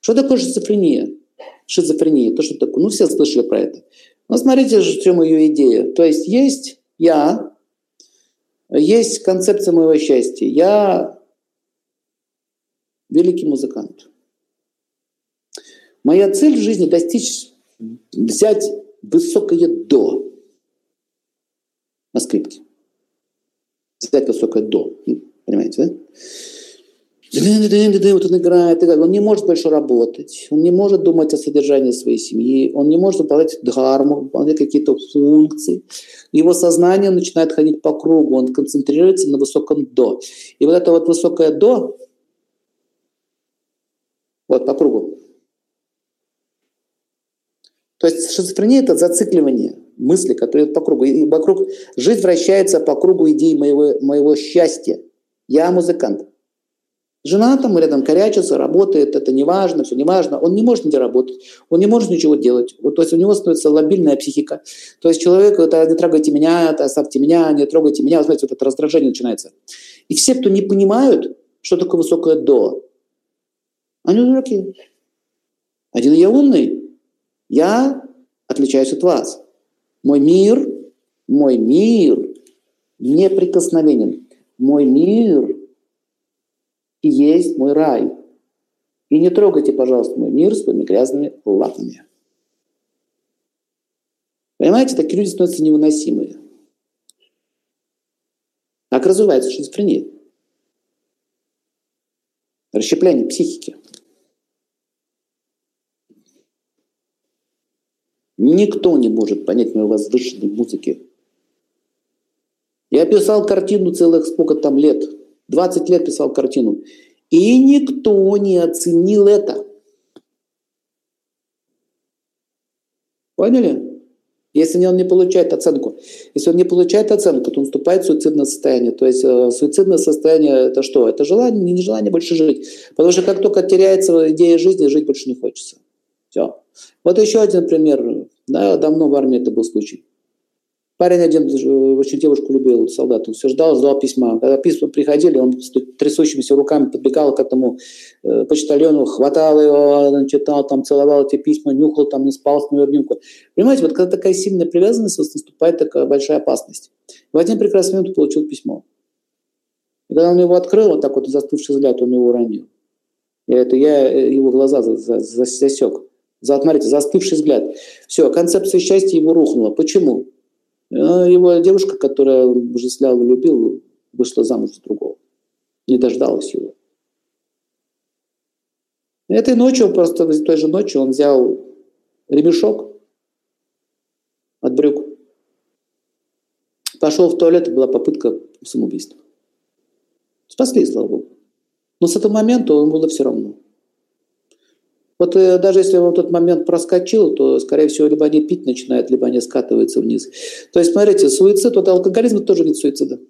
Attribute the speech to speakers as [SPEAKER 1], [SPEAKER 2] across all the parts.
[SPEAKER 1] Что такое шизофрения? Шизофрения, то, что такое. Ну, все слышали про это. Но смотрите, в чем ее идея. То есть есть я, есть концепция моего счастья. Я великий музыкант. Моя цель в жизни достичь, взять высокое до на скрипке. Взять высокое до. Понимаете, да? Вот он играет, он не может больше работать, он не может думать о содержании своей семьи, он не может выполнять дхарму, выполнять какие-то функции. Его сознание начинает ходить по кругу, он концентрируется на высоком до. И вот это вот высокое до, вот по кругу. То есть шизофрения – это зацикливание мысли, которые идут по кругу. И вокруг, жизнь вращается по кругу идей моего счастья. Я музыкант. Жена там рядом корячится, работает, это не важно, все не важно. Он не может нигде работать, он не может ничего делать. Вот, то есть у него становится лобильная психика. То есть человек, это не трогайте меня, это оставьте меня, не трогайте меня. Вот, знаете, вот это раздражение начинается. И все, кто не понимают, что такое высокое до, они дураки. Один я умный, я отличаюсь от вас. Мой мир неприкосновенен. Мой мир и есть мой рай. И не трогайте, пожалуйста, мой мир своими грязными лапами. Понимаете, такие люди становятся невыносимые. Так развивается шизофрения. Расщепление психики. Никто не может понять моей возвышенной музыки. Я писал картину целых сколько там лет. 20 лет писал картину. И никто не оценил это. Поняли? Если он не получает оценку. Если он не получает оценку, то он вступает в суицидное состояние. То есть суицидное состояние – это что? Это желание, нежелание больше жить. Потому что как только теряется идея жизни, жить больше не хочется. Все. Вот еще один пример. Да, давно в армии это был случай. Парень один очень девушку любил, солдат. Он все ждал письма. Когда письма приходили, он с трясущимися руками подбегал к этому почтальону, хватал его, читал, там, целовал эти письма, нюхал, там, не спал с ним обнимку. Понимаете, вот когда такая сильная привязанность, вот, наступает такая большая опасность. В один прекрасный момент он получил письмо. И когда он его открыл, вот так вот застывший взгляд, он его уронил. Я его глаза засек. Смотрите, застывший взгляд. Все, концепция счастья его рухнула. Почему? Его девушка, которая вожделял и любил, вышла замуж за другого. Не дождалась его. И этой ночью, просто той же ночью, он взял ремешок от брюк, пошел в туалет, и была попытка самоубийства. Спасли, слава Богу. Но с этого момента ему было все равно. Вот даже если он в тот момент проскочил, то, скорее всего, либо они пить начинают, либо они скатываются вниз. То есть, смотрите, суицид, вот алкоголизм – это тоже вид суицида.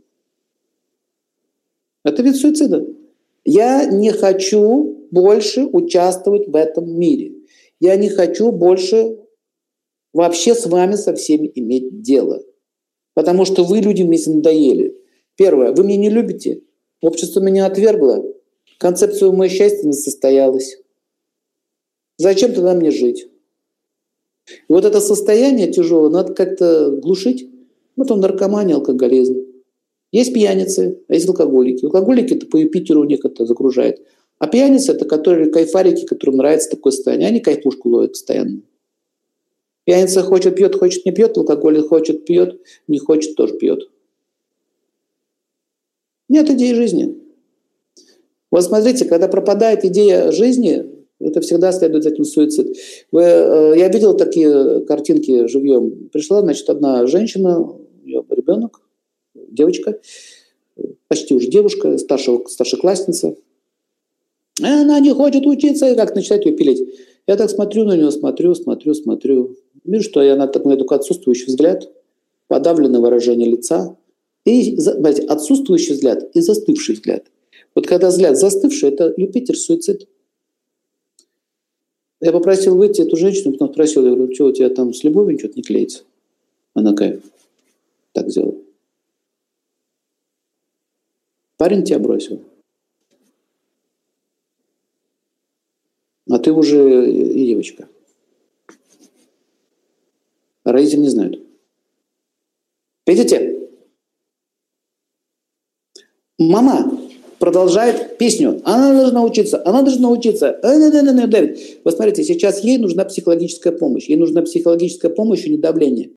[SPEAKER 1] Это вид суицида. Я не хочу больше участвовать в этом мире. Я не хочу больше вообще с вами со всеми иметь дело. Потому что вы, люди, мне надоели. Первое, вы меня не любите, общество меня отвергло, концепция моего счастья не состоялась. Зачем тогда мне жить? И вот это состояние тяжелое надо как-то глушить. Вот он наркомания, алкоголизм. Есть пьяницы, а есть алкоголики. Алкоголики это по Юпитеру у них это загружает. А пьяницы это которые кайфарики, которым нравится такое состояние. Они кайфушку ловят постоянно. Пьяница хочет пьет, хочет не пьет. Алкоголик хочет пьет, не хочет тоже пьет. Нет идеи жизни. Вот смотрите, когда пропадает идея жизни, это всегда следует за этим суицид. Я видел такие картинки живьем. Пришла, значит, одна женщина, у нее ребенок, девочка, почти уже девушка, старшеклассница. И она не хочет учиться, и как начинает ее пилить. Я так смотрю на нее, смотрю. Вижу, что она такой отсутствующий взгляд, подавленное выражение лица, и, знаете, отсутствующий взгляд и застывший взгляд. Вот когда взгляд застывший, это Юпитер, суицид. Я попросил выйти эту женщину, потом спросил, я говорю, что у тебя там с любовью что-то не клеится? Она такая, так сделала. Парень тебя бросил. А ты ты уже не девочка. Родители не знают. Видите? Мама продолжает песню. Она должна учиться, она должна учиться. Давид. Вы смотрите, сейчас ей нужна психологическая помощь. Ей нужна психологическая помощь, а не давление.